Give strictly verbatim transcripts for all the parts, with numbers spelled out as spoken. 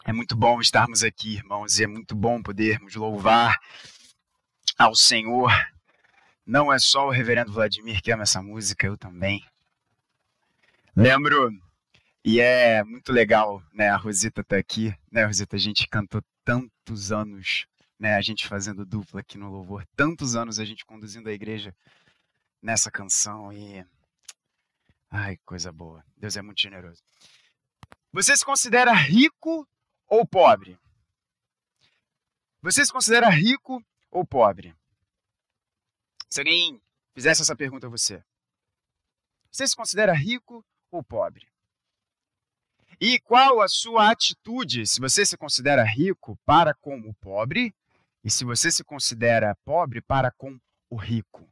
É muito bom estarmos aqui, irmãos, e é muito bom podermos louvar ao Senhor. Não é só o reverendo Vladimir que ama essa música, eu também. Lembro, e é muito legal, né? A Rosita tá aqui, né, Rosita? A gente cantou tantos anos, né? A gente fazendo dupla aqui no louvor, tantos anos a gente conduzindo a igreja nessa canção e... Ai, coisa boa. Deus é muito generoso. Você se considera rico ou pobre? Você se considera rico ou pobre? Se alguém fizesse essa pergunta a você, você se considera rico ou pobre? E qual a sua atitude, se você se considera rico, para com o pobre, e se você se considera pobre, para com o rico?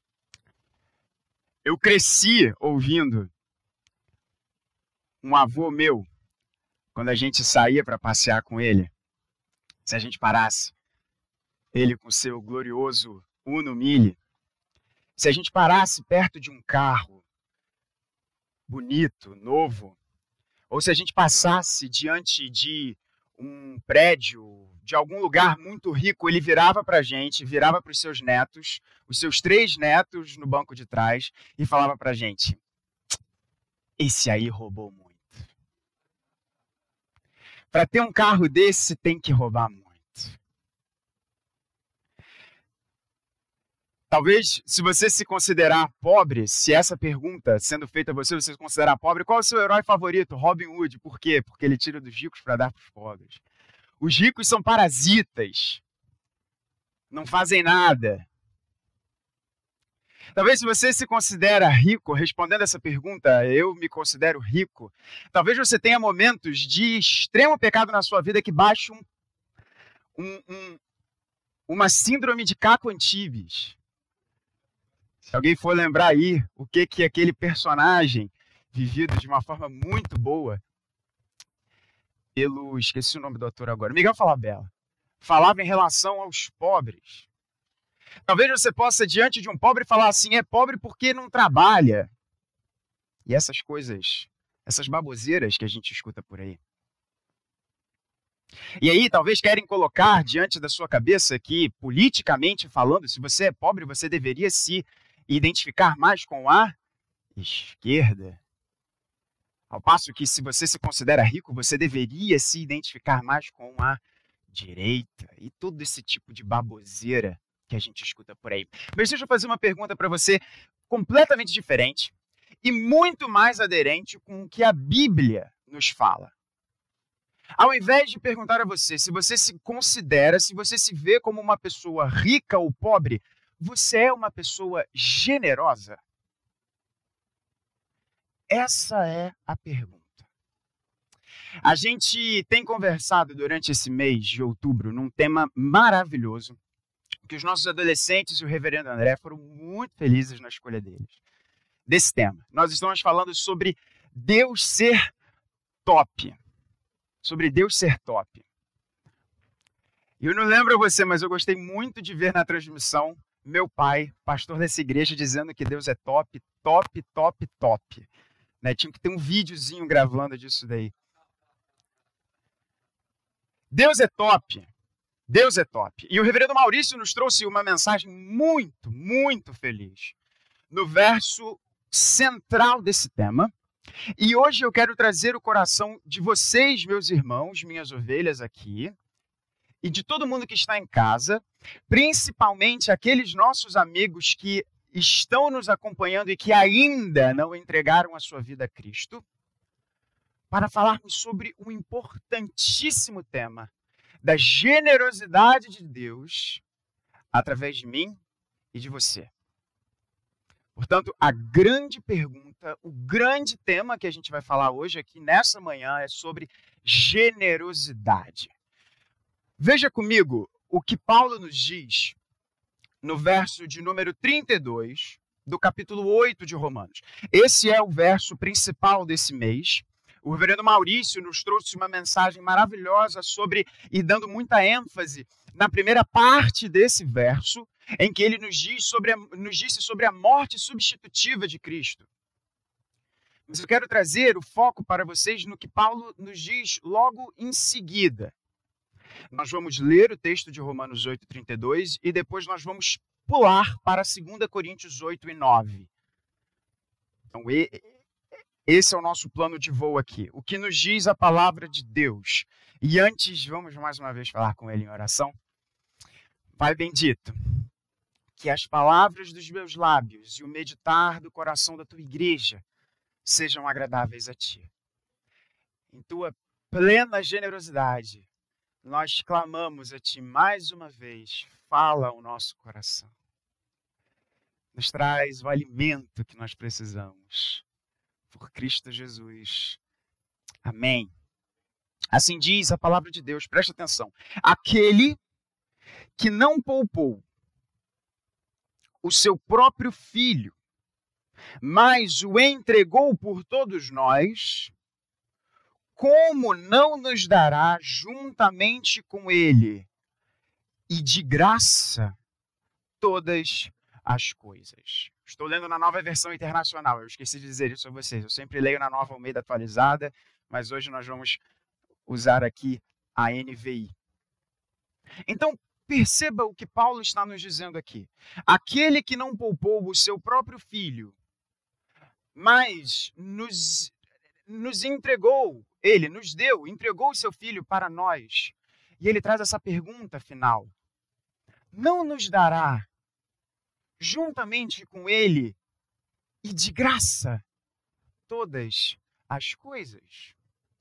Eu cresci ouvindo um avô meu, quando a gente saía para passear com ele, se a gente parasse, ele com seu glorioso Uno Mille, se a gente parasse perto de um carro bonito, novo, ou se a gente passasse diante de um prédio, de algum lugar muito rico, ele virava para a gente, virava para os seus netos, os seus três netos no banco de trás, e falava para a gente, esse aí roubou muito. Para ter um carro desse, tem que roubar muito. Talvez, se você se considerar pobre, se essa pergunta sendo feita a você, você se considerar pobre, qual é o seu herói favorito? Robin Hood. Por quê? Porque ele tira dos ricos para dar para os pobres. Os ricos são parasitas. Não fazem nada. Talvez se você se considera rico, respondendo essa pergunta, eu me considero rico, talvez você tenha momentos de extremo pecado na sua vida que baixe um, um, um, uma síndrome de Caco Antibes. Se alguém for lembrar aí o que que aquele personagem, vivido de uma forma muito boa, pelo, esqueci o nome do ator agora, Miguel Falabella, falava em relação aos pobres. Talvez você possa, diante de um pobre, falar assim, é pobre porque não trabalha. E essas coisas, essas baboseiras que a gente escuta por aí. E aí, talvez querem colocar diante da sua cabeça que, politicamente falando, se você é pobre, você deveria se identificar mais com a esquerda. Ao passo que, se você se considera rico, você deveria se identificar mais com a direita. E todo esse tipo de baboseira que a gente escuta por aí. Mas deixa eu fazer uma pergunta para você completamente diferente e muito mais aderente com o que a Bíblia nos fala. Ao invés de perguntar a você se você se considera, se você se vê como uma pessoa rica ou pobre, você é uma pessoa generosa? Essa é a pergunta. A gente tem conversado durante esse mês de outubro num tema maravilhoso, que os nossos adolescentes e o reverendo André foram muito felizes na escolha deles, desse tema. Nós estamos falando sobre Deus ser top. Sobre Deus ser top. E eu não lembro você, mas eu gostei muito de ver na transmissão meu pai, pastor dessa igreja, dizendo que Deus é top, top, top, top. Né? Tinha que ter um videozinho gravando disso daí. Deus é top. Deus é top. E o reverendo Maurício nos trouxe uma mensagem muito, muito feliz no verso central desse tema. E hoje eu quero trazer o coração de vocês, meus irmãos, minhas ovelhas aqui, e de todo mundo que está em casa, principalmente aqueles nossos amigos que estão nos acompanhando e que ainda não entregaram a sua vida a Cristo, para falarmos sobre o importantíssimo tema da generosidade de Deus através de mim e de você. Portanto, a grande pergunta, o grande tema que a gente vai falar hoje aqui nessa manhã é sobre generosidade. Veja comigo o que Paulo nos diz no verso de número trinta e dois do capítulo oito de Romanos. Esse é o verso principal desse mês. O reverendo Maurício nos trouxe uma mensagem maravilhosa sobre, e dando muita ênfase na primeira parte desse verso, em que ele nos, diz sobre a, nos disse sobre a morte substitutiva de Cristo. Mas eu quero trazer o foco para vocês no que Paulo nos diz logo em seguida. Nós vamos ler o texto de Romanos oito, trinta e dois e depois nós vamos pular para dois Coríntios oito e nove. Então, esse é o nosso plano de voo aqui. O que nos diz a palavra de Deus. E antes, vamos mais uma vez falar com ele em oração. Pai bendito, que as palavras dos meus lábios e o meditar do coração da tua igreja sejam agradáveis a ti. Em tua plena generosidade, nós clamamos a ti mais uma vez. Fala ao nosso coração. Nos traz o alimento que nós precisamos. Por Cristo Jesus. Amém. Assim diz a palavra de Deus, preste atenção. Aquele que não poupou o seu próprio filho, mas o entregou por todos nós, como não nos dará juntamente com ele e de graça todas as coisas? Estou lendo na Nova Versão Internacional. Eu esqueci de dizer isso a vocês. Eu sempre leio na Nova Almeida Atualizada, mas hoje nós vamos usar aqui a N V I. Então, perceba o que Paulo está nos dizendo aqui. Aquele que não poupou o seu próprio filho, mas nos, nos entregou, ele nos deu, entregou o seu filho para nós. E ele traz essa pergunta final. Não nos dará juntamente com ele e de graça todas as coisas?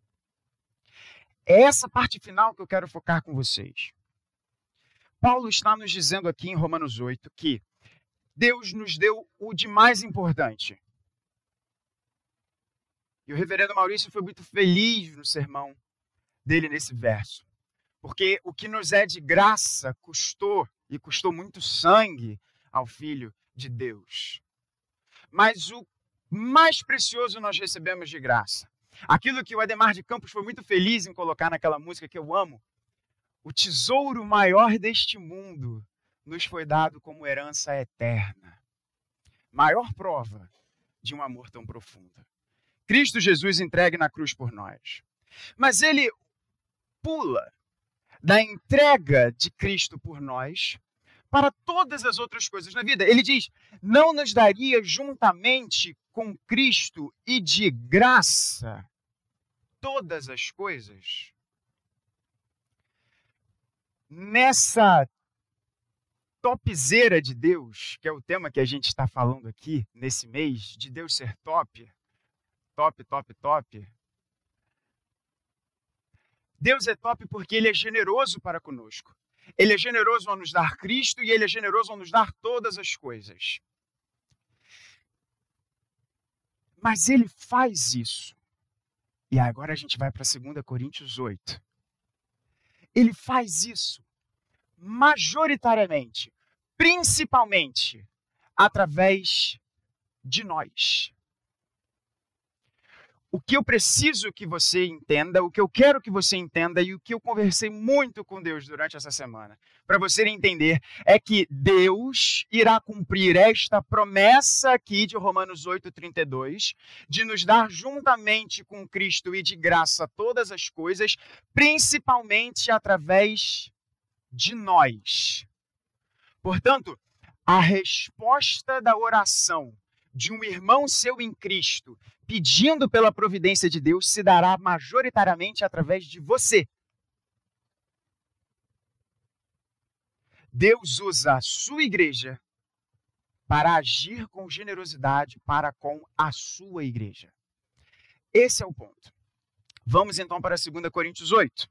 É essa parte final que eu quero focar com vocês. Paulo está nos dizendo aqui em Romanos oito que Deus nos deu o de mais importante. E o reverendo Maurício foi muito feliz no sermão dele nesse verso. Porque o que nos é de graça custou, e custou muito sangue, ao Filho de Deus. Mas o mais precioso nós recebemos de graça. Aquilo que o Ademar de Campos foi muito feliz em colocar naquela música que eu amo. O tesouro maior deste mundo nos foi dado como herança eterna. Maior prova de um amor tão profundo. Cristo Jesus entregue na cruz por nós. Mas ele pula da entrega de Cristo por nós para todas as outras coisas na vida. Ele diz, não nos daria juntamente com Cristo e de graça todas as coisas? Nessa topzera de Deus, que é o tema que a gente está falando aqui nesse mês, de Deus ser top, top, top, top. Deus é top porque Ele é generoso para conosco. Ele é generoso ao nos dar Cristo e Ele é generoso ao nos dar todas as coisas. Mas Ele faz isso. E agora a gente vai para dois Coríntios oito. Ele faz isso majoritariamente, principalmente, através de nós. O que eu preciso que você entenda, o que eu quero que você entenda e o que eu conversei muito com Deus durante essa semana, para você entender, é que Deus irá cumprir esta promessa aqui de Romanos oito, trinta e dois, de nos dar juntamente com Cristo e de graça todas as coisas, principalmente através de nós. Portanto, a resposta da oração de um irmão seu em Cristo, pedindo pela providência de Deus, se dará majoritariamente através de você. Deus usa a sua igreja para agir com generosidade para com a sua igreja. Esse é o ponto. Vamos então para dois Coríntios oito.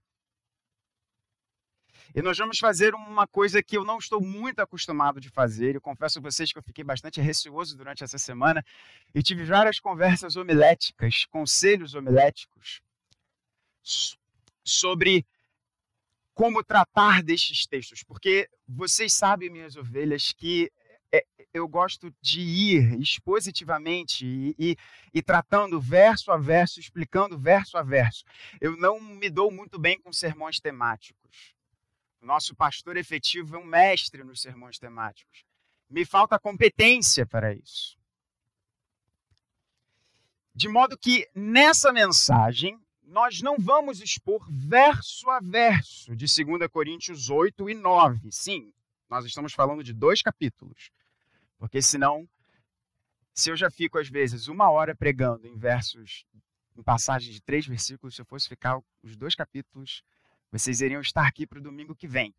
E nós vamos fazer uma coisa que eu não estou muito acostumado de fazer. Eu confesso a vocês que eu fiquei bastante receoso durante essa semana e tive várias conversas homiléticas, conselhos homiléticos, sobre como tratar destes textos. Porque vocês sabem, minhas ovelhas, que eu gosto de ir expositivamente e, e, e tratando verso a verso, explicando verso a verso. Eu não me dou muito bem com sermões temáticos. Nosso pastor efetivo é um mestre nos sermões temáticos. Me falta competência para isso. De modo que nessa mensagem nós não vamos expor verso a verso de segunda Coríntios oito e nove. Sim, nós estamos falando de dois capítulos. Porque senão, se eu já fico às vezes uma hora pregando em versos, em passagens de três versículos, se eu fosse ficar os dois capítulos, vocês iriam estar aqui para o domingo que vem.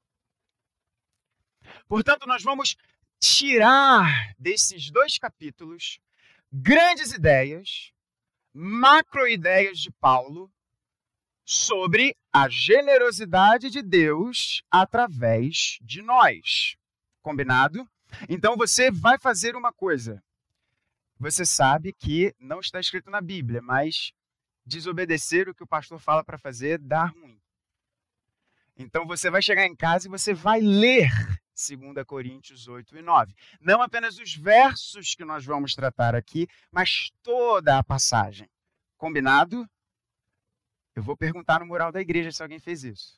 Portanto, nós vamos tirar desses dois capítulos grandes ideias, macro-ideias de Paulo sobre a generosidade de Deus através de nós. Combinado? Então você vai fazer uma coisa. Você sabe que não está escrito na Bíblia, mas desobedecer o que o pastor fala para fazer dá ruim. Então você vai chegar em casa e você vai ler segunda Coríntios oito e nove. Não apenas os versos que nós vamos tratar aqui, mas toda a passagem. Combinado? Eu vou perguntar no mural da igreja se alguém fez isso.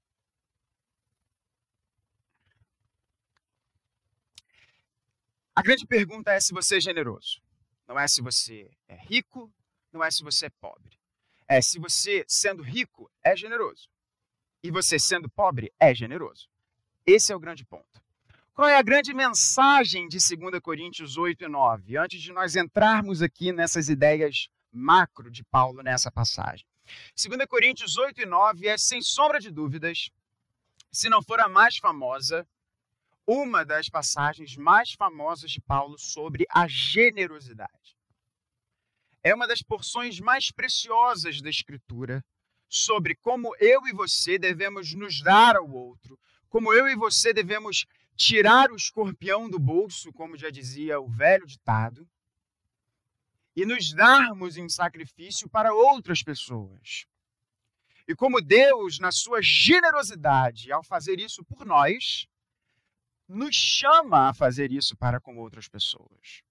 A grande pergunta é se você é generoso. Não é se você é rico, não é se você é pobre. É se você, sendo rico, é generoso. E você, sendo pobre, é generoso. Esse é o grande ponto. Qual é a grande mensagem de segunda Coríntios oito e nove? Antes de nós entrarmos aqui nessas ideias macro de Paulo nessa passagem. segunda Coríntios oito e nove é, sem sombra de dúvidas, se não for a mais famosa, uma das passagens mais famosas de Paulo sobre a generosidade. É uma das porções mais preciosas da Escritura sobre como eu e você devemos nos dar ao outro, como eu e você devemos tirar o escorpião do bolso, como já dizia o velho ditado, e nos darmos em sacrifício para outras pessoas. E como Deus, na sua generosidade, ao fazer isso por nós, nos chama a fazer isso para com outras pessoas.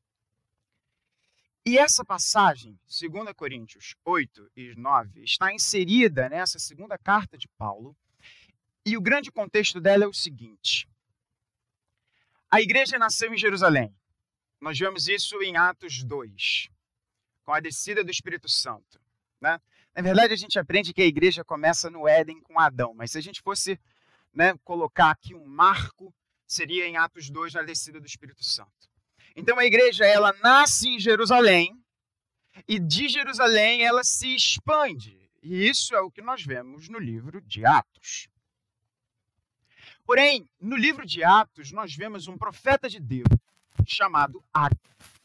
E essa passagem, segunda Coríntios oito e nove, está inserida nessa segunda carta de Paulo, e o grande contexto dela é o seguinte. A igreja nasceu em Jerusalém. Nós vemos isso em Atos dois, com a descida do Espírito Santo. Né? Na verdade, a gente aprende que a igreja começa no Éden com Adão, mas se a gente fosse, né, colocar aqui um marco, seria em Atos dois, na descida do Espírito Santo. Então a igreja, ela nasce em Jerusalém, e de Jerusalém ela se expande. E isso é o que nós vemos no livro de Atos. Porém, no livro de Atos, nós vemos um profeta de Deus chamado Ágabo.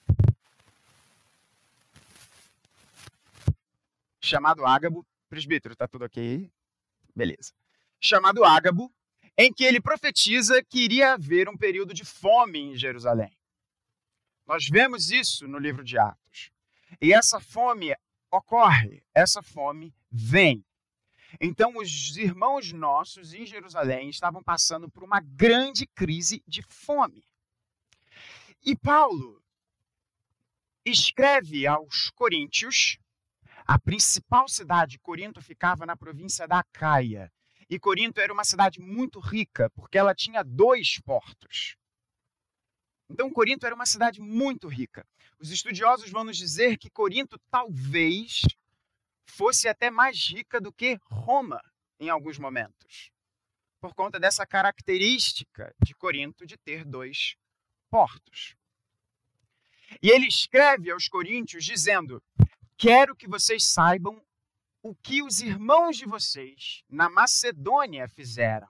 Chamado Ágabo, presbítero, tá tudo ok? Beleza. Chamado Ágabo, em que ele profetiza que iria haver um período de fome em Jerusalém. Nós vemos isso no livro de Atos. E essa fome ocorre, essa fome vem. Então, os irmãos nossos em Jerusalém estavam passando por uma grande crise de fome. E Paulo escreve aos Coríntios, a principal cidade, Corinto, ficava na província da Acaia. E Corinto era uma cidade muito rica, porque ela tinha dois portos. Então, Corinto era uma cidade muito rica. Os estudiosos vão nos dizer que Corinto talvez fosse até mais rica do que Roma em alguns momentos, por conta dessa característica de Corinto de ter dois portos. E ele escreve aos coríntios dizendo: quero que vocês saibam o que os irmãos de vocês na Macedônia fizeram.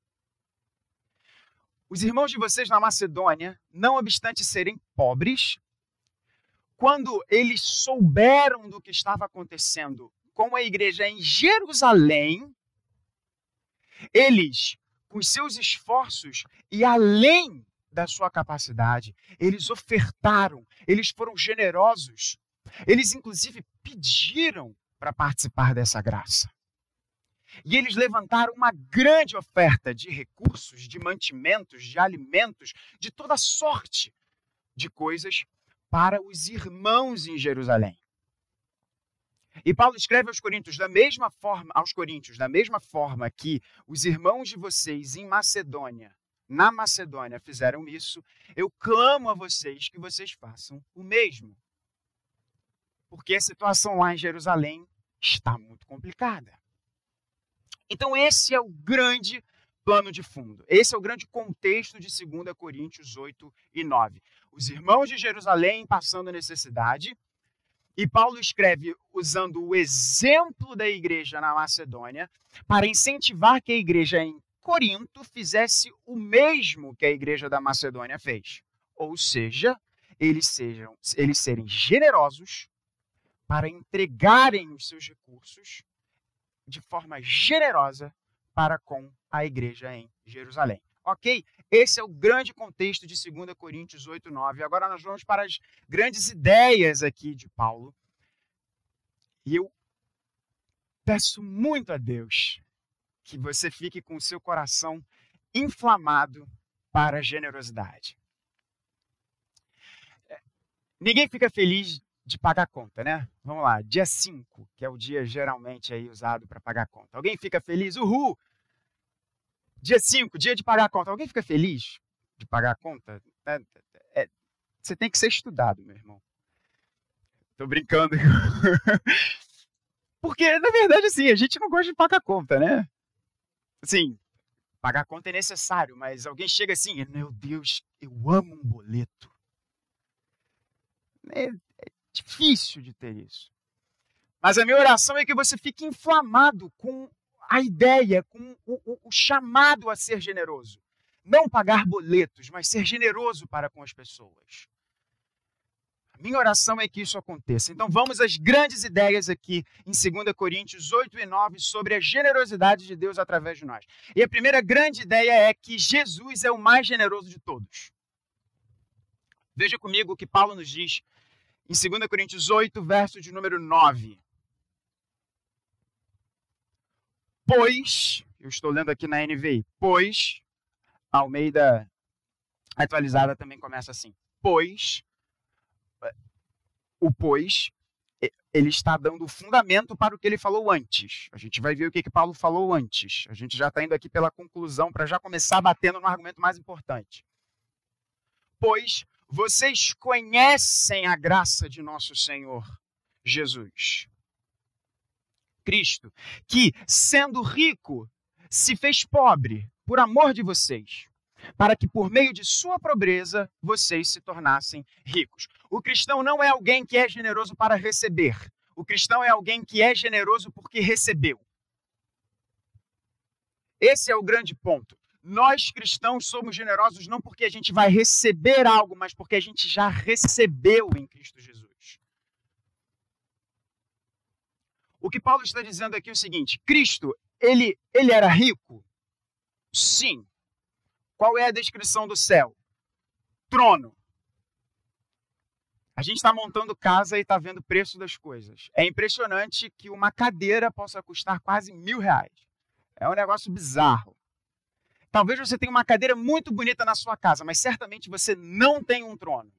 Os irmãos de vocês na Macedônia, não obstante serem pobres, quando eles souberam do que estava acontecendo com a igreja em Jerusalém, eles, com seus esforços e além da sua capacidade, eles ofertaram, eles foram generosos, eles inclusive pediram para participar dessa graça. E eles levantaram uma grande oferta de recursos, de mantimentos, de alimentos, de toda sorte de coisas para os irmãos em Jerusalém. E Paulo escreve aos Coríntios da mesma forma, aos Coríntios, da mesma forma que os irmãos de vocês em Macedônia, na Macedônia, fizeram isso, eu clamo a vocês que vocês façam o mesmo. porque a situação lá em Jerusalém está muito complicada. Então esse é o grande plano de fundo. Esse é o grande contexto de dois Coríntios oito e nove. Os irmãos de Jerusalém passando necessidade, e Paulo escreve usando o exemplo da igreja na Macedônia para incentivar que a igreja em Corinto fizesse o mesmo que a igreja da Macedônia fez. Ou seja, eles, sejam, eles serem generosos para entregarem os seus recursos de forma generosa para com a igreja em Jerusalém. Ok? Esse é o grande contexto de dois Coríntios oito, nove. Agora nós vamos para as grandes ideias aqui de Paulo. E eu peço muito a Deus que você fique com o seu coração inflamado para a generosidade. Ninguém fica feliz de pagar conta, né? Vamos lá, dia cinco, que é o dia geralmente aí usado para pagar conta. Alguém fica feliz? Uhul! Dia cinco, dia de pagar a conta. Alguém fica feliz de pagar a conta? É, é, você tem que ser estudado, meu irmão. Tô brincando. Porque, na verdade, assim, a gente não gosta de pagar a conta, né? Assim, pagar a conta é necessário, mas alguém chega assim, meu Deus, eu amo um boleto. É, é difícil de ter isso. Mas a minha oração é que você fique inflamado com a ideia, com o, o, o chamado a ser generoso. Não pagar boletos, mas ser generoso para com as pessoas. A minha oração é que isso aconteça. Então vamos às grandes ideias aqui em dois Coríntios oito e nove sobre a generosidade de Deus através de nós. E a primeira grande ideia é que Jesus é o mais generoso de todos. Veja comigo o que Paulo nos diz em dois Coríntios oito, verso de número nove. Pois, eu estou lendo aqui na N V I, pois, a Almeida atualizada também começa assim, pois, o pois, ele está dando o fundamento para o que ele falou antes. A gente vai ver o que, que Paulo falou antes. A gente já está indo aqui pela conclusão para já começar batendo no argumento mais importante. Pois vocês conhecem a graça de nosso Senhor Jesus Cristo, que, sendo rico, se fez pobre por amor de vocês, para que por meio de sua pobreza vocês se tornassem ricos. O cristão não é alguém que é generoso para receber. O cristão é alguém que é generoso porque recebeu. Esse é o grande ponto. Nós cristãos somos generosos não porque a gente vai receber algo, mas porque a gente já recebeu em Cristo Jesus. O que Paulo está dizendo aqui é o seguinte: Cristo, ele, ele era rico? Sim. Qual é a descrição do céu? Trono. A gente está montando casa e está vendo o preço das coisas. É impressionante que uma cadeira possa custar quase mil reais. É um negócio bizarro. Talvez você tenha uma cadeira muito bonita na sua casa, mas certamente você não tem um trono.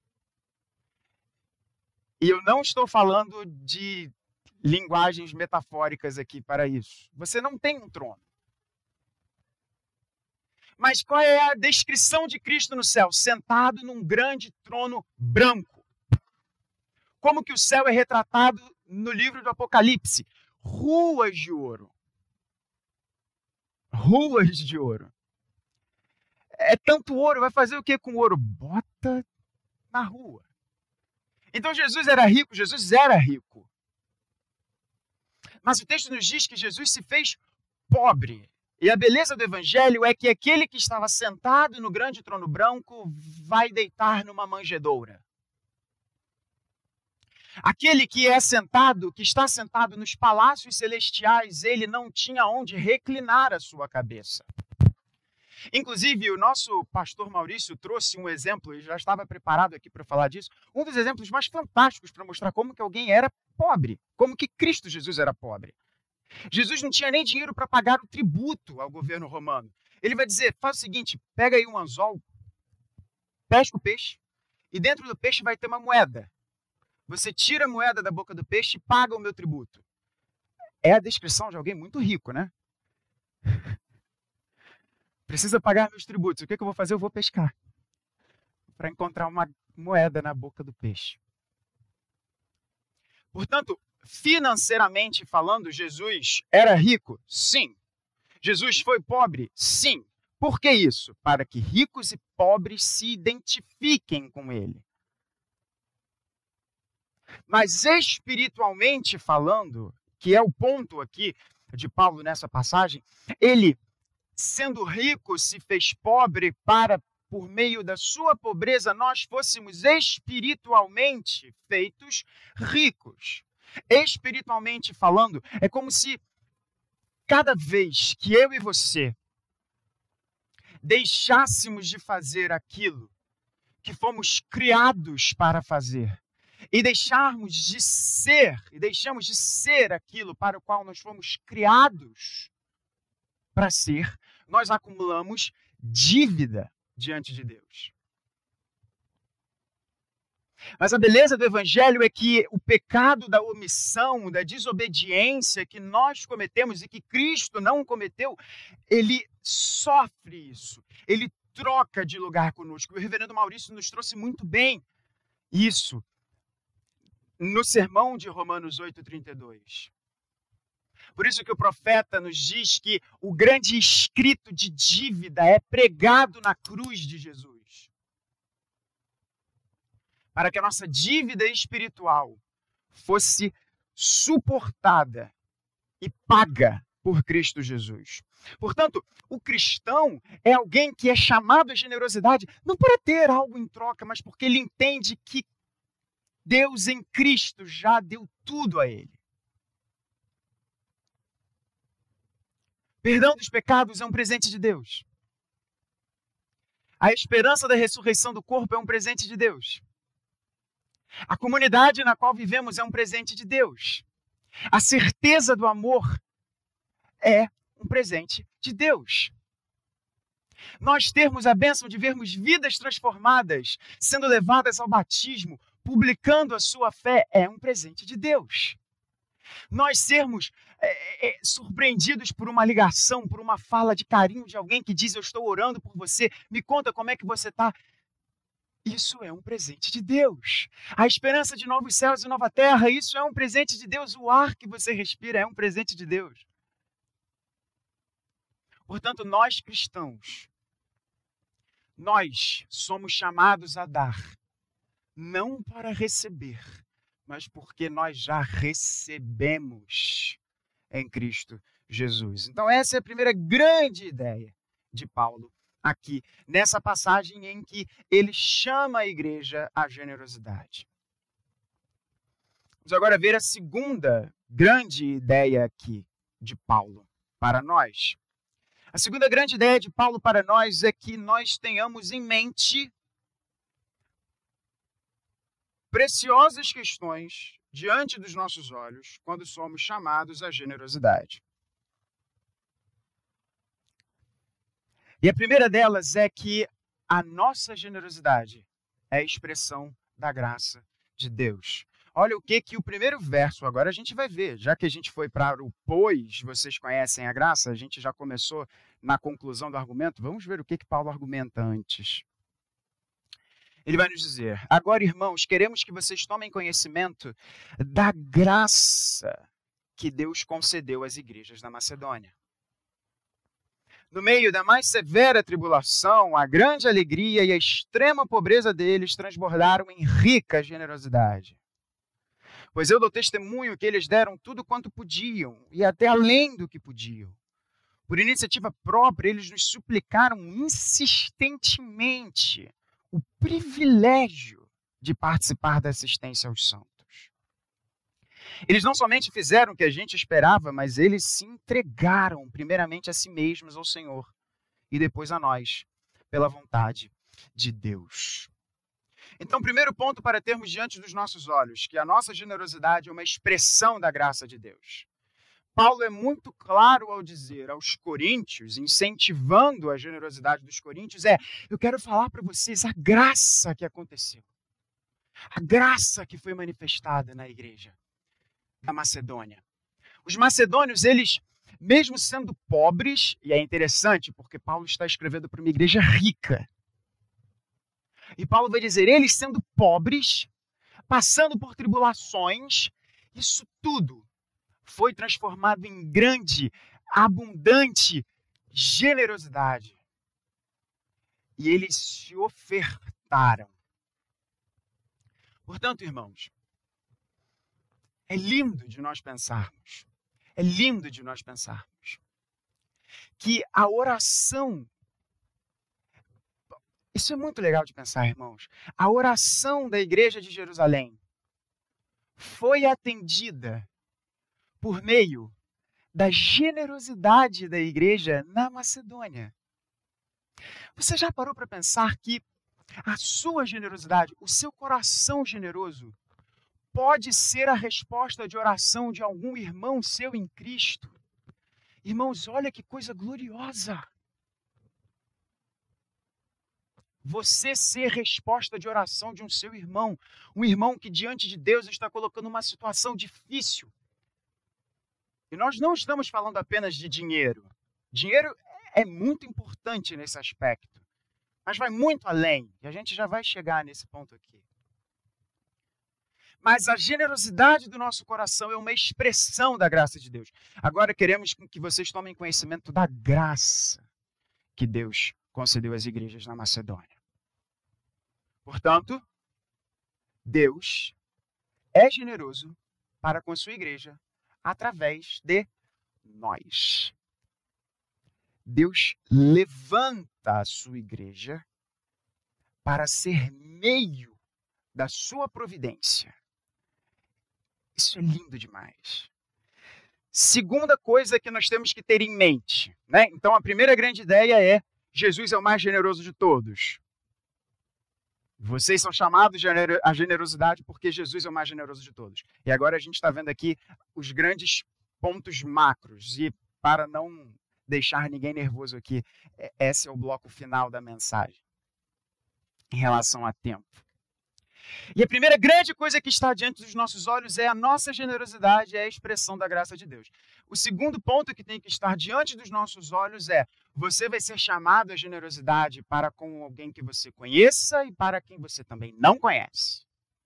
E eu não estou falando de linguagens metafóricas aqui para isso. Você não tem um trono. Mas qual é a descrição de Cristo no céu? Sentado num grande trono branco. Como que o céu é retratado no livro do Apocalipse? Ruas de ouro. Ruas de ouro. É tanto ouro, vai fazer o que com ouro? Bota na rua. Então Jesus era rico? Jesus era rico. Mas o texto nos diz que Jesus se fez pobre. E a beleza do evangelho é que aquele que estava sentado no grande trono branco vai deitar numa manjedoura. Aquele que é sentado, que está sentado nos palácios celestiais, ele não tinha onde reclinar a sua cabeça. Inclusive, o nosso pastor Maurício trouxe um exemplo, e já estava preparado aqui para falar disso, um dos exemplos mais fantásticos para mostrar como que alguém era pobre, como que Cristo Jesus era pobre. Jesus não tinha nem dinheiro para pagar o tributo ao governo romano. Ele vai dizer, faz o seguinte, pega aí um anzol, pesca o peixe, e dentro do peixe vai ter uma moeda. Você tira a moeda da boca do peixe e paga o meu tributo. É a descrição de alguém muito rico, né? Precisa pagar meus tributos. O que, que eu vou fazer? Eu vou pescar. Para encontrar uma moeda na boca do peixe. Portanto, financeiramente falando, Jesus era rico? Sim. Jesus foi pobre? Sim. Por que isso? Para que ricos e pobres se identifiquem com ele. Mas espiritualmente falando, que é o ponto aqui de Paulo nessa passagem, ele, sendo rico, se fez pobre para, por meio da sua pobreza, nós fôssemos espiritualmente feitos ricos. Espiritualmente falando, é como se cada vez que eu e você deixássemos de fazer aquilo que fomos criados para fazer, e deixarmos de ser, e deixamos de ser aquilo para o qual nós fomos criados para ser, nós acumulamos dívida diante de Deus. Mas a beleza do Evangelho é que o pecado da omissão, da desobediência que nós cometemos e que Cristo não cometeu, ele sofre isso, ele troca de lugar conosco. O reverendo Maurício nos trouxe muito bem isso no sermão de Romanos oito, trinta e dois. Por isso que o profeta nos diz que o grande escrito de dívida é pregado na cruz de Jesus. Para que a nossa dívida espiritual fosse suportada e paga por Cristo Jesus. Portanto, o cristão é alguém que é chamado à generosidade não para ter algo em troca, mas porque ele entende que Deus em Cristo já deu tudo a ele. Perdão dos pecados é um presente de Deus. A esperança da ressurreição do corpo é um presente de Deus. A comunidade na qual vivemos é um presente de Deus. A certeza do amor é um presente de Deus. Nós termos a bênção de vermos vidas transformadas, sendo levadas ao batismo, publicando a sua fé, é um presente de Deus. Nós sermos é, é, surpreendidos por uma ligação, por uma fala de carinho de alguém que diz: eu estou orando por você, me conta como é que você está. Isso é um presente de Deus. A esperança de novos céus e nova terra, isso é um presente de Deus. O ar que você respira é um presente de Deus. Portanto, nós cristãos, nós somos chamados a dar, não para receber, mas porque nós já recebemos em Cristo Jesus. Então essa é a primeira grande ideia de Paulo aqui, nessa passagem em que ele chama a igreja à generosidade. Vamos agora ver a segunda grande ideia aqui de Paulo para nós. A segunda grande ideia de Paulo para nós é que nós tenhamos em mente preciosas questões diante dos nossos olhos quando somos chamados à generosidade. E a primeira delas é que a nossa generosidade é a expressão da graça de Deus. Olha o que que o primeiro verso, agora a gente vai ver, já que a gente foi para o pois, vocês conhecem a graça, a gente já começou na conclusão do argumento, vamos ver o que que Paulo argumenta antes. Ele vai nos dizer: agora, irmãos, queremos que vocês tomem conhecimento da graça que Deus concedeu às igrejas da Macedônia. No meio da mais severa tribulação, a grande alegria e a extrema pobreza deles transbordaram em rica generosidade. Pois eu dou testemunho que eles deram tudo quanto podiam, e até além do que podiam. Por iniciativa própria, eles nos suplicaram insistentemente o privilégio de participar da assistência aos santos. Eles não somente fizeram o que a gente esperava, mas eles se entregaram primeiramente a si mesmos, ao Senhor, e depois a nós, pela vontade de Deus. Então, primeiro ponto para termos diante dos nossos olhos, que a nossa generosidade é uma expressão da graça de Deus. Paulo é muito claro ao dizer aos coríntios, incentivando a generosidade dos coríntios, é: eu quero falar para vocês a graça que aconteceu. A graça que foi manifestada na igreja da Macedônia. Os macedônios, eles, mesmo sendo pobres, e é interessante porque Paulo está escrevendo para uma igreja rica, e Paulo vai dizer, eles sendo pobres, passando por tribulações, Isso tudo foi transformado em grande, abundante generosidade. E eles se ofertaram. Portanto, irmãos, é lindo de nós pensarmos, é lindo de nós pensarmos que a oração, isso é muito legal de pensar, irmãos, a oração da igreja de Jerusalém foi atendida por meio da generosidade da igreja na Macedônia. Você já parou para pensar que a sua generosidade, o seu coração generoso, pode ser a resposta de oração de algum irmão seu em Cristo? Irmãos, olha que coisa gloriosa. Você ser resposta de oração de um seu irmão. Um irmão que diante de Deus está colocando uma situação difícil. E nós não estamos falando apenas de dinheiro. Dinheiro é muito importante nesse aspecto. Mas vai muito além. E a gente já vai chegar nesse ponto aqui. Mas a generosidade do nosso coração é uma expressão da graça de Deus. Agora queremos que vocês tomem conhecimento da graça que Deus concedeu às igrejas na Macedônia. Portanto, Deus é generoso para com a sua igreja através de nós. Deus levanta a sua igreja para ser meio da sua providência. Isso é lindo demais. Segunda coisa que nós temos que ter em mente, né? Então, a primeira grande ideia é: Jesus é o mais generoso de todos. Vocês são chamados à generosidade porque Jesus é o mais generoso de todos. E agora a gente está vendo aqui os grandes pontos macros. E para não deixar ninguém nervoso aqui, esse é o bloco final da mensagem em relação a tempo. E a primeira grande coisa que está diante dos nossos olhos é a nossa generosidade, é a expressão da graça de Deus. O segundo ponto que tem que estar diante dos nossos olhos é: você vai ser chamado à generosidade para com alguém que você conheça e para quem você também não conhece.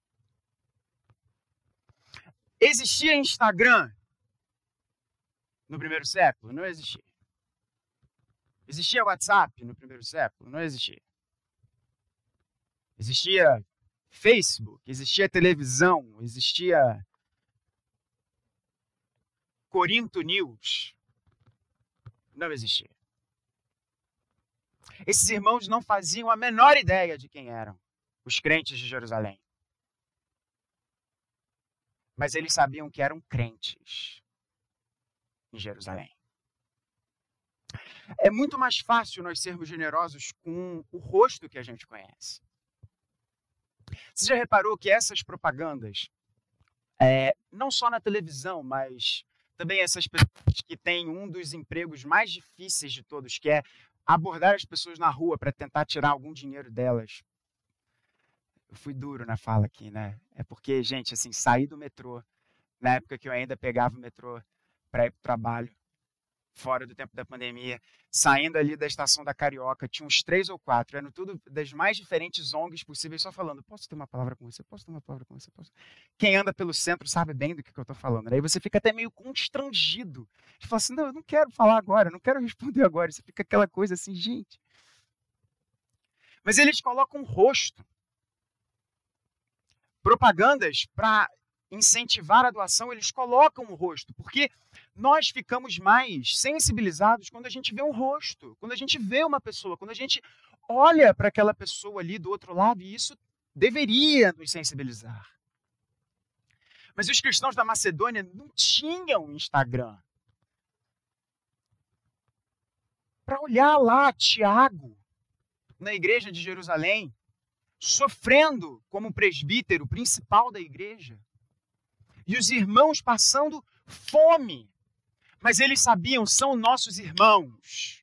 Existia Instagram no primeiro século? Não existia. Existia WhatsApp no primeiro século? Não existia. Existia Facebook, existia televisão, existia Corinto News. Não existia. Esses irmãos não faziam a menor ideia de quem eram os crentes de Jerusalém. Mas eles sabiam que eram crentes em Jerusalém. É muito mais fácil nós sermos generosos com o rosto que a gente conhece. Você já reparou que essas propagandas, é, não só na televisão, mas também essas pessoas que têm um dos empregos mais difíceis de todos, que é abordar as pessoas na rua para tentar tirar algum dinheiro delas. Eu fui duro na fala aqui, né? É porque, gente, assim, saí do metrô, na época que eu ainda pegava o metrô para ir para o trabalho, fora do tempo da pandemia, saindo ali da estação da Carioca, tinha uns três ou quatro, eram tudo das mais diferentes O N Gs possíveis, só falando: posso ter uma palavra com você? Posso ter uma palavra com você? Posso? Quem anda pelo centro sabe bem do que, que eu estou falando. Aí você fica até meio constrangido. Você fala assim: não, eu não quero falar agora, eu não quero responder agora. Você fica aquela coisa assim, gente. Mas eles colocam um rosto. Propagandas para incentivar a doação, eles colocam o rosto, porque nós ficamos mais sensibilizados quando a gente vê um rosto, quando a gente vê uma pessoa, quando a gente olha para aquela pessoa ali do outro lado, e isso deveria nos sensibilizar. Mas os cristãos da Macedônia não tinham Instagram. Para olhar lá Tiago, na igreja de Jerusalém, sofrendo como presbítero principal da igreja, e os irmãos passando fome. Mas eles sabiam: são nossos irmãos.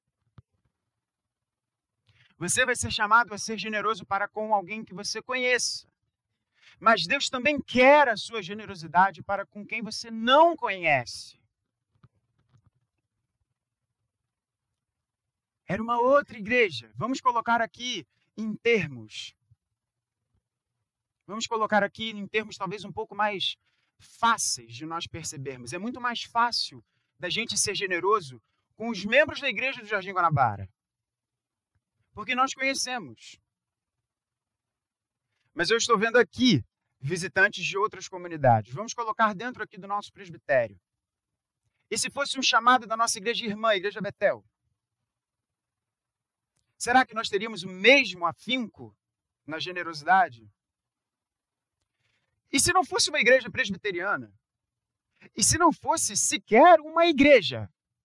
Você vai ser chamado a ser generoso para com alguém que você conheça. Mas Deus também quer a sua generosidade para com quem você não conhece. Era uma outra igreja. Vamos colocar aqui em termos. Vamos colocar aqui em termos talvez um pouco mais fáceis de nós percebermos. É muito mais fácil da gente ser generoso com os membros da igreja do Jardim Guanabara, porque nós conhecemos. Mas eu estou vendo aqui visitantes de outras comunidades. Vamos colocar dentro aqui do nosso presbitério. E se fosse um chamado da nossa igreja irmã, a Igreja Betel? Será que nós teríamos o mesmo afinco na generosidade? E se não fosse uma igreja presbiteriana? E se não fosse sequer uma igreja?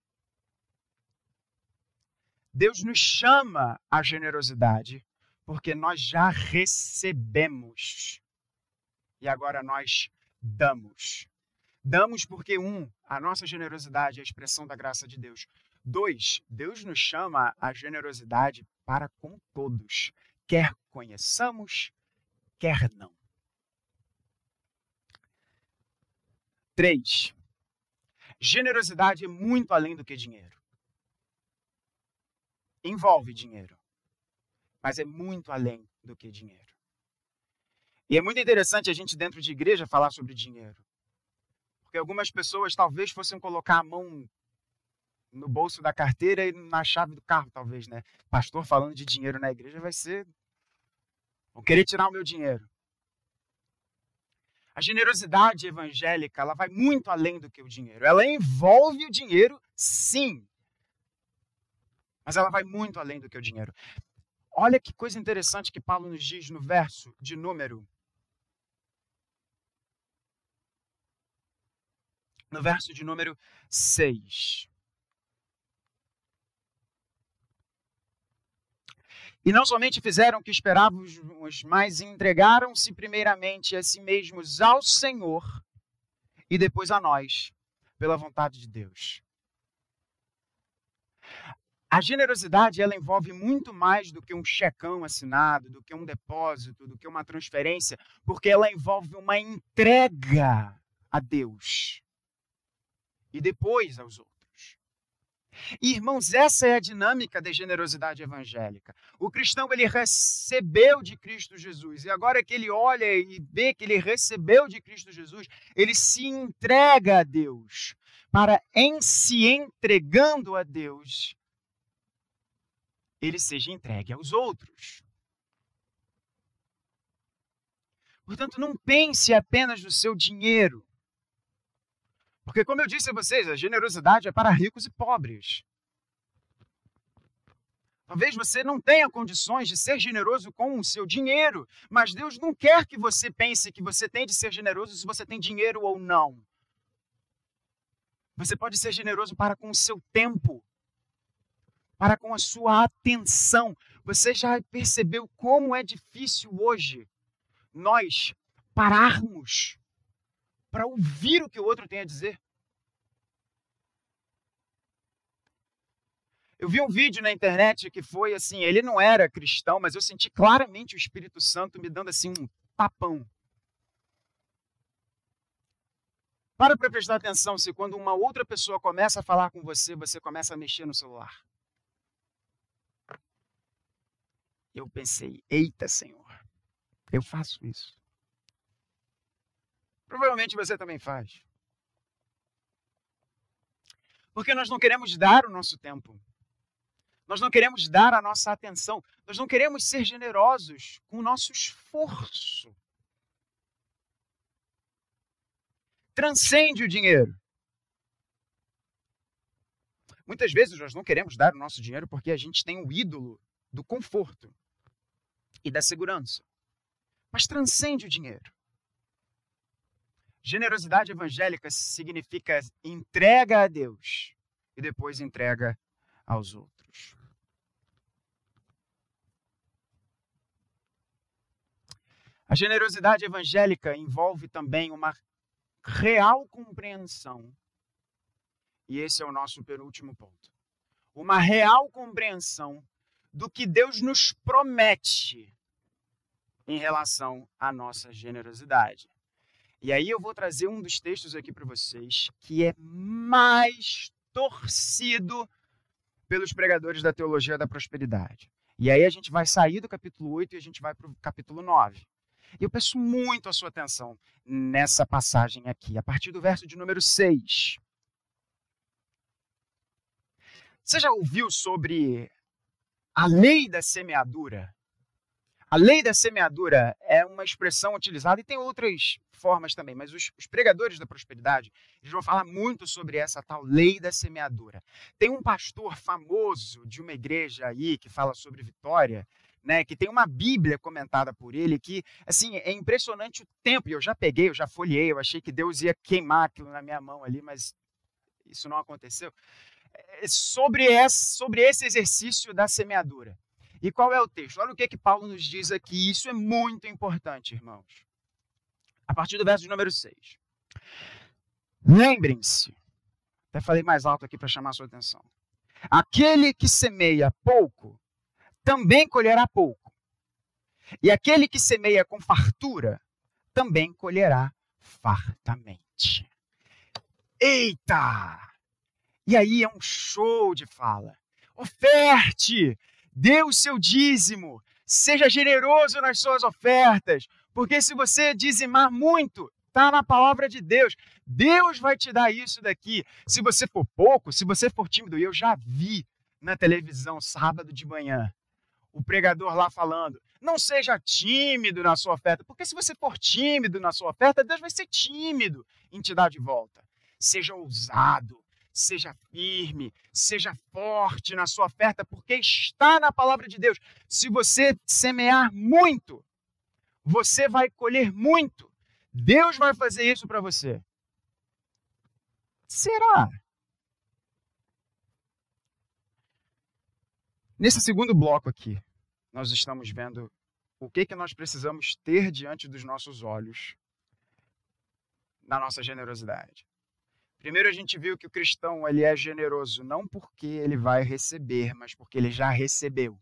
Deus nos chama à generosidade porque nós já recebemos. E agora nós damos. Damos porque, um, a nossa generosidade é a expressão da graça de Deus. Dois, Deus nos chama à generosidade para com todos, quer conheçamos, quer não. Três, generosidade é muito além do que dinheiro. Envolve dinheiro, mas é muito além do que dinheiro. E é muito interessante a gente dentro de igreja falar sobre dinheiro. Porque algumas pessoas talvez fossem colocar a mão no bolso da carteira e na chave do carro, talvez, né? Pastor falando de dinheiro na igreja vai ser... vão querer tirar o meu dinheiro. A generosidade evangélica, ela vai muito além do que o dinheiro. Ela envolve o dinheiro, sim. Mas ela vai muito além do que o dinheiro. Olha que coisa interessante que Paulo nos diz no verso de número... No verso de número seis. E não somente fizeram o que esperávamos, mas entregaram-se primeiramente a si mesmos ao Senhor e depois a nós, pela vontade de Deus. A generosidade, ela envolve muito mais do que um checão assinado, do que um depósito, do que uma transferência, porque ela envolve uma entrega a Deus e depois aos outros. E, irmãos, essa é a dinâmica da generosidade evangélica. O cristão, ele recebeu de Cristo Jesus, e agora que ele olha e vê que ele recebeu de Cristo Jesus, ele se entrega a Deus, para em se entregando a Deus, ele seja entregue aos outros. Portanto, não pense apenas no seu dinheiro. Porque, como eu disse a vocês, a generosidade é para ricos e pobres. Talvez você não tenha condições de ser generoso com o seu dinheiro, mas Deus não quer que você pense que você tem de ser generoso se você tem dinheiro ou não. Você pode ser generoso para com o seu tempo, para com a sua atenção. Você já percebeu como é difícil hoje nós pararmos para ouvir o que o outro tem a dizer? Eu vi um vídeo na internet que foi assim, ele não era cristão, mas eu senti claramente o Espírito Santo me dando assim um tapão. Para para prestar atenção se quando uma outra pessoa começa a falar com você, você começa a mexer no celular. Eu pensei, eita Senhor, eu faço isso. Provavelmente você também faz. Porque nós não queremos dar o nosso tempo. Nós não queremos dar a nossa atenção. Nós não queremos ser generosos com o nosso esforço. Transcende o dinheiro. Muitas vezes nós não queremos dar o nosso dinheiro porque a gente tem o ídolo do conforto e da segurança. Mas transcende o dinheiro. Generosidade evangélica significa entrega a Deus e depois entrega aos outros. A generosidade evangélica envolve também uma real compreensão, e esse é o nosso penúltimo ponto, uma real compreensão do que Deus nos promete em relação à nossa generosidade. E aí eu vou trazer um dos textos aqui para vocês que é mais torcido pelos pregadores da teologia da prosperidade. E aí a gente vai sair do capítulo oito e a gente vai para o capítulo nove. E eu peço muito a sua atenção nessa passagem aqui, a partir do verso de número seis. Você já ouviu sobre a lei da semeadura? A lei da semeadura é uma expressão utilizada, e tem outras formas também, mas os, os pregadores da prosperidade, eles vão falar muito sobre essa tal lei da semeadura. Tem um pastor famoso de uma igreja aí, que fala sobre Vitória, né, que tem uma Bíblia comentada por ele, que assim, é impressionante o tempo, e eu já peguei, eu já folhei, eu achei que Deus ia queimar aquilo na minha mão ali, mas isso não aconteceu. É sobre, esse, sobre esse exercício da semeadura. E qual é o texto? Olha o que, que Paulo nos diz aqui. Isso é muito importante, irmãos. A partir do verso de número seis. Lembrem-se, até falei mais alto aqui para chamar a sua atenção. Aquele que semeia pouco, também colherá pouco. E aquele que semeia com fartura, também colherá fartamente. Eita! E aí é um show de fala. Oferte! Dê o seu dízimo, seja generoso nas suas ofertas, porque se você dizimar muito, está na palavra de Deus. Deus vai te dar isso daqui. Se você for pouco, se você for tímido, eu já vi na televisão sábado de manhã, o pregador lá falando, não seja tímido na sua oferta, porque se você for tímido na sua oferta, Deus vai ser tímido em te dar de volta. Seja ousado. Seja firme, seja forte na sua oferta, porque está na palavra de Deus. Se você semear muito, você vai colher muito. Deus vai fazer isso para você. Será? Nesse segundo bloco aqui, nós estamos vendo o que, que nós precisamos ter diante dos nossos olhos na nossa generosidade. Primeiro a gente viu que o cristão ele é generoso não porque ele vai receber, mas porque ele já recebeu.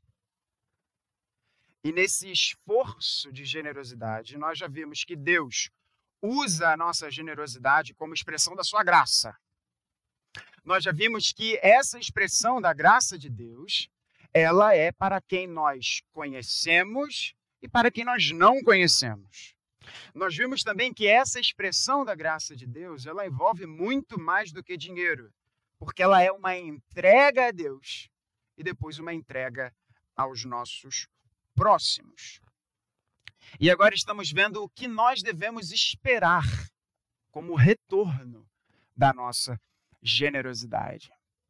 E nesse esforço de generosidade, nós já vimos que Deus usa a nossa generosidade como expressão da sua graça. Nós já vimos que essa expressão da graça de Deus, ela é para quem nós conhecemos e para quem nós não conhecemos. Nós vimos também que essa expressão da graça de Deus, ela envolve muito mais do que dinheiro, porque ela é uma entrega a Deus e depois uma entrega aos nossos próximos. E agora estamos vendo o que nós devemos esperar como retorno da nossa generosidade.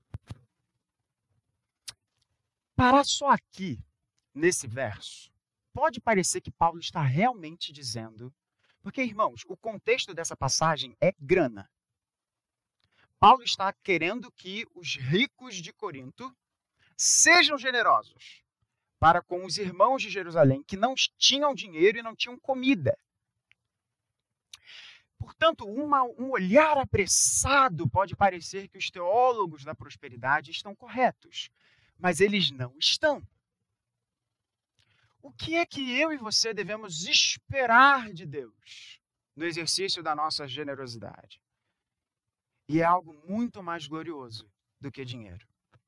Parar só aqui, nesse verso, pode parecer que Paulo está realmente dizendo, porque, irmãos, o contexto dessa passagem é grana. Paulo está querendo que os ricos de Corinto sejam generosos para com os irmãos de Jerusalém que não tinham dinheiro e não tinham comida. Portanto, uma, um olhar apressado pode parecer que os teólogos da prosperidade estão corretos, mas eles não estão. O que é que eu e você devemos esperar de Deus no exercício da nossa generosidade? E é algo muito mais glorioso do que dinheiro.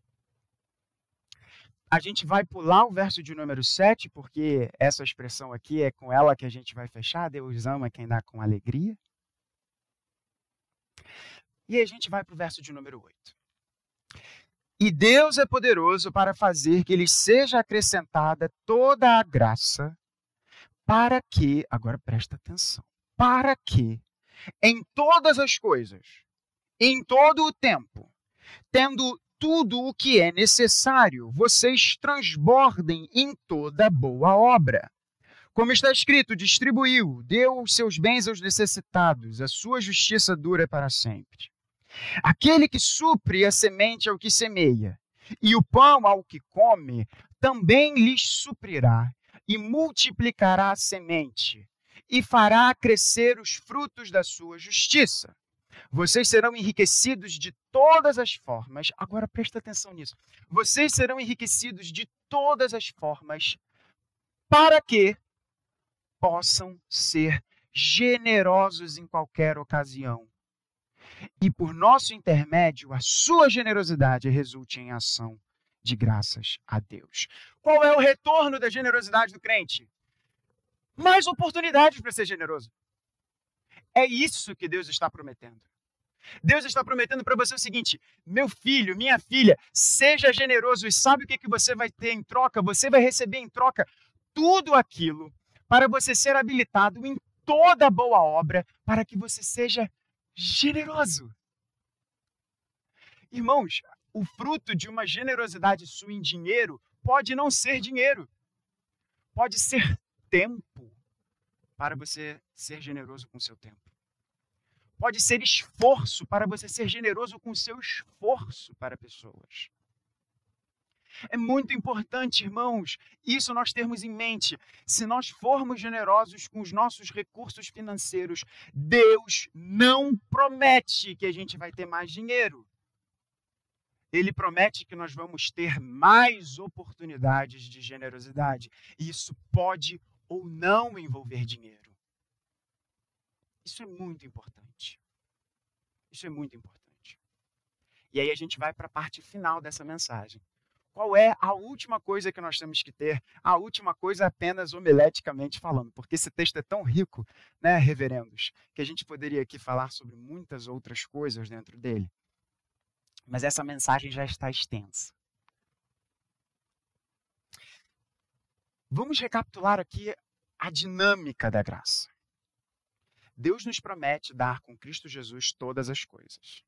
A gente vai pular o verso de número sete, porque essa expressão aqui é com ela que a gente vai fechar. Deus ama quem dá com alegria. E a gente vai para o verso de número oito. E Deus é poderoso para fazer que lhes seja acrescentada toda a graça, para que, agora presta atenção, para que, em todas as coisas, em todo o tempo, tendo tudo o que é necessário, vocês transbordem em toda boa obra. Como está escrito, distribuiu, deu os seus bens aos necessitados, a sua justiça dura para sempre. Aquele que supre a semente ao que semeia, e o pão ao que come, também lhes suprirá, e multiplicará a semente, e fará crescer os frutos da sua justiça. Vocês serão enriquecidos de todas as formas. Agora presta atenção nisso. Vocês serão enriquecidos de todas as formas para que possam ser generosos em qualquer ocasião. E por nosso intermédio, a sua generosidade resulte em ação de graças a Deus. Qual é o retorno da generosidade do crente? mais oportunidades para ser generoso. É isso que Deus está prometendo. Deus está prometendo para você o seguinte: meu filho, minha filha, seja generoso e sabe o que, que você vai ter em troca? Você vai receber em troca tudo aquilo para você ser habilitado em toda boa obra para que você seja generoso. Irmãos, o fruto de uma generosidade sua em dinheiro pode não ser dinheiro. Pode ser tempo para você ser generoso com o seu tempo. Pode ser esforço para você ser generoso com o seu esforço para pessoas. É muito importante, irmãos, isso nós termos em mente. Se nós formos generosos com os nossos recursos financeiros, Deus não promete que a gente vai ter mais dinheiro. Ele promete que nós vamos ter mais oportunidades de generosidade. E isso pode ou não envolver dinheiro. Isso é muito importante. Isso é muito importante. E aí a gente vai para a parte final dessa mensagem. Qual é a última coisa que nós temos que ter? A última coisa apenas homileticamente falando, porque esse texto é tão rico, né, reverendos, que a gente poderia aqui falar sobre muitas outras coisas dentro dele. Mas essa mensagem já está extensa. Vamos recapitular aqui a dinâmica da graça. Deus nos promete dar com Cristo Jesus todas as coisas.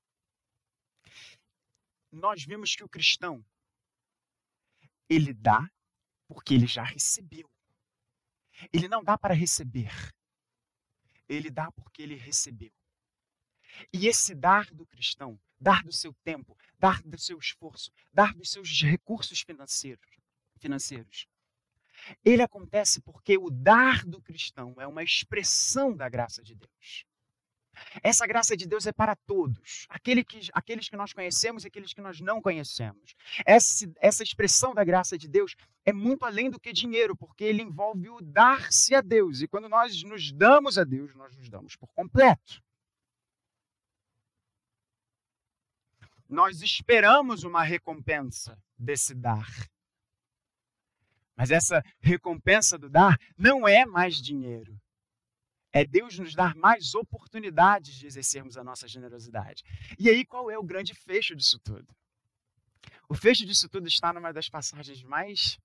Nós vimos que o cristão, ele dá porque ele já recebeu. Ele não dá para receber. Ele dá porque ele recebeu. E esse dar do cristão, dar do seu tempo, dar do seu esforço, dar dos seus recursos financeiros, financeiros, ele acontece porque o dar do cristão é uma expressão da graça de Deus. Essa graça de Deus é para todos, aquele que, aqueles que nós conhecemos e aqueles que nós não conhecemos. Essa, essa expressão da graça de Deus é muito além do que dinheiro, porque ele envolve o dar-se a Deus. E quando nós nos damos a Deus, nós nos damos por completo. Nós esperamos uma recompensa desse dar. Mas essa recompensa do dar não é mais dinheiro. É Deus nos dar mais oportunidades de exercermos a nossa generosidade. E aí, qual é o grande fecho disso tudo? O fecho disso tudo está numa das passagens mais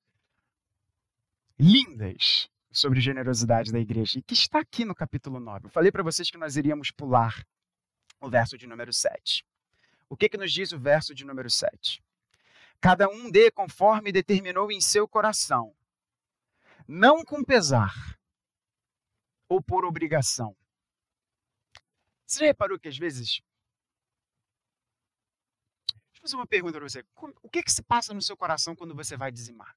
lindas sobre generosidade da igreja, e que está aqui no capítulo nove. Eu falei para vocês que nós iríamos pular o verso de número sete. O que, que nos diz o verso de número sete? Cada um dê conforme determinou em seu coração, não com pesar ou por obrigação. Você já reparou que às vezes... Deixa eu fazer uma pergunta para você. O que, que se passa no seu coração quando você vai dizimar?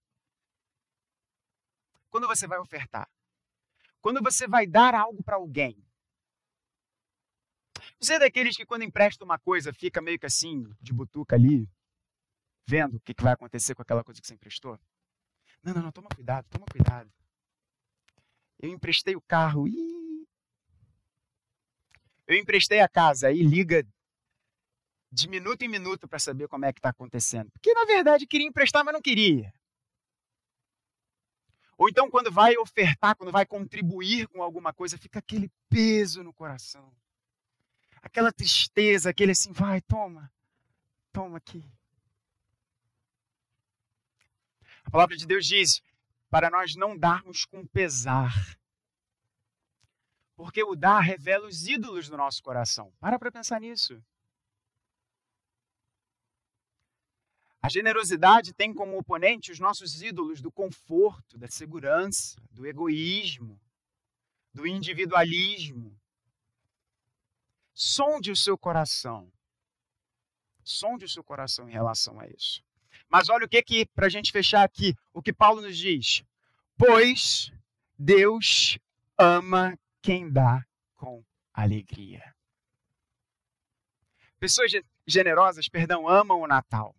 Quando você vai ofertar? Quando você vai dar algo para alguém? Você é daqueles que quando empresta uma coisa fica meio que assim, de butuca ali, vendo o que, que vai acontecer com aquela coisa que você emprestou? Não, não, não, toma cuidado, toma cuidado. Eu emprestei o carro, ih. Eu emprestei a casa, aí liga de minuto em minuto para saber como é que está acontecendo. Porque, na verdade, queria emprestar, mas não queria. Ou então, quando vai ofertar, quando vai contribuir com alguma coisa, fica aquele peso no coração. Aquela tristeza, aquele assim, vai, toma, toma aqui. A palavra de Deus diz, para nós não darmos com pesar. Porque o dar revela os ídolos do nosso coração. Para para pensar nisso. A generosidade tem como oponente os nossos ídolos do conforto, da segurança, do egoísmo, do individualismo. Sonde o seu coração. Sonde o seu coração em relação a isso. Mas olha o que que, para a gente fechar aqui, o que Paulo nos diz. Pois Deus ama quem dá com alegria. Pessoas generosas, perdão, amam o Natal.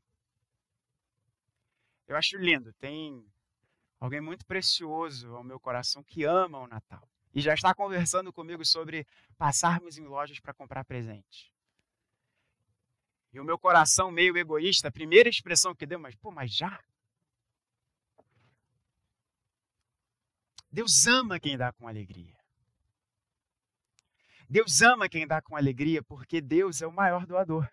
Eu acho lindo. Tem alguém muito precioso ao meu coração que ama o Natal. E já está conversando comigo sobre passarmos em lojas para comprar presente. E o meu coração meio egoísta, a primeira expressão que deu, mas pô, mas já? Deus ama quem dá com alegria. Deus ama quem dá com alegria porque Deus é o maior doador.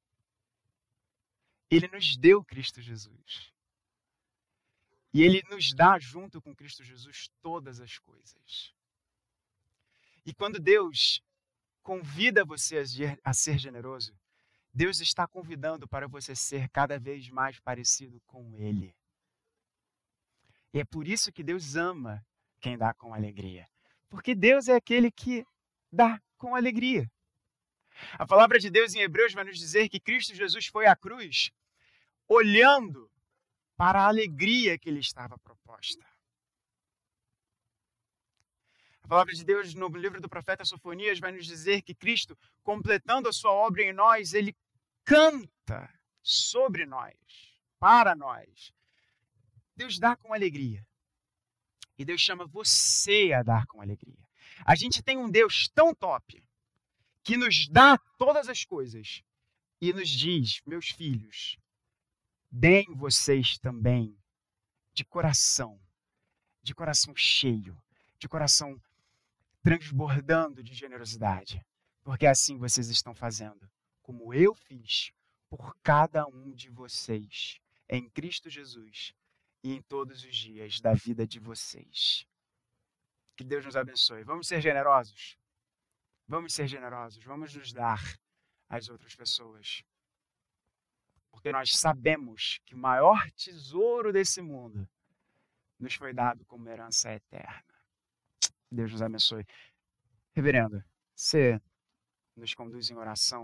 Ele nos deu Cristo Jesus. E Ele nos dá junto com Cristo Jesus todas as coisas. E quando Deus convida você a ser generoso, Deus está convidando para você ser cada vez mais parecido com Ele. E é por isso que Deus ama quem dá com alegria. Porque Deus é aquele que dá com alegria. A palavra de Deus em Hebreus vai nos dizer que Cristo Jesus foi à cruz olhando para a alegria que lhe estava proposta. A palavra de Deus no livro do profeta Sofonias vai nos dizer que Cristo, completando a sua obra em nós, Ele canta sobre nós, para nós. Deus dá com alegria. E Deus chama você a dar com alegria. A gente tem um Deus tão top, que nos dá todas as coisas e nos diz, meus filhos, deem vocês também de coração, de coração cheio, de coração transbordando de generosidade, porque assim vocês estão fazendo, como eu fiz por cada um de vocês, em Cristo Jesus e em todos os dias da vida de vocês. Que Deus nos abençoe. Vamos ser generosos? Vamos ser generosos, vamos nos dar às outras pessoas. Porque nós sabemos que o maior tesouro desse mundo nos foi dado como herança eterna. Deus nos abençoe. Reverendo, você nos conduz em oração.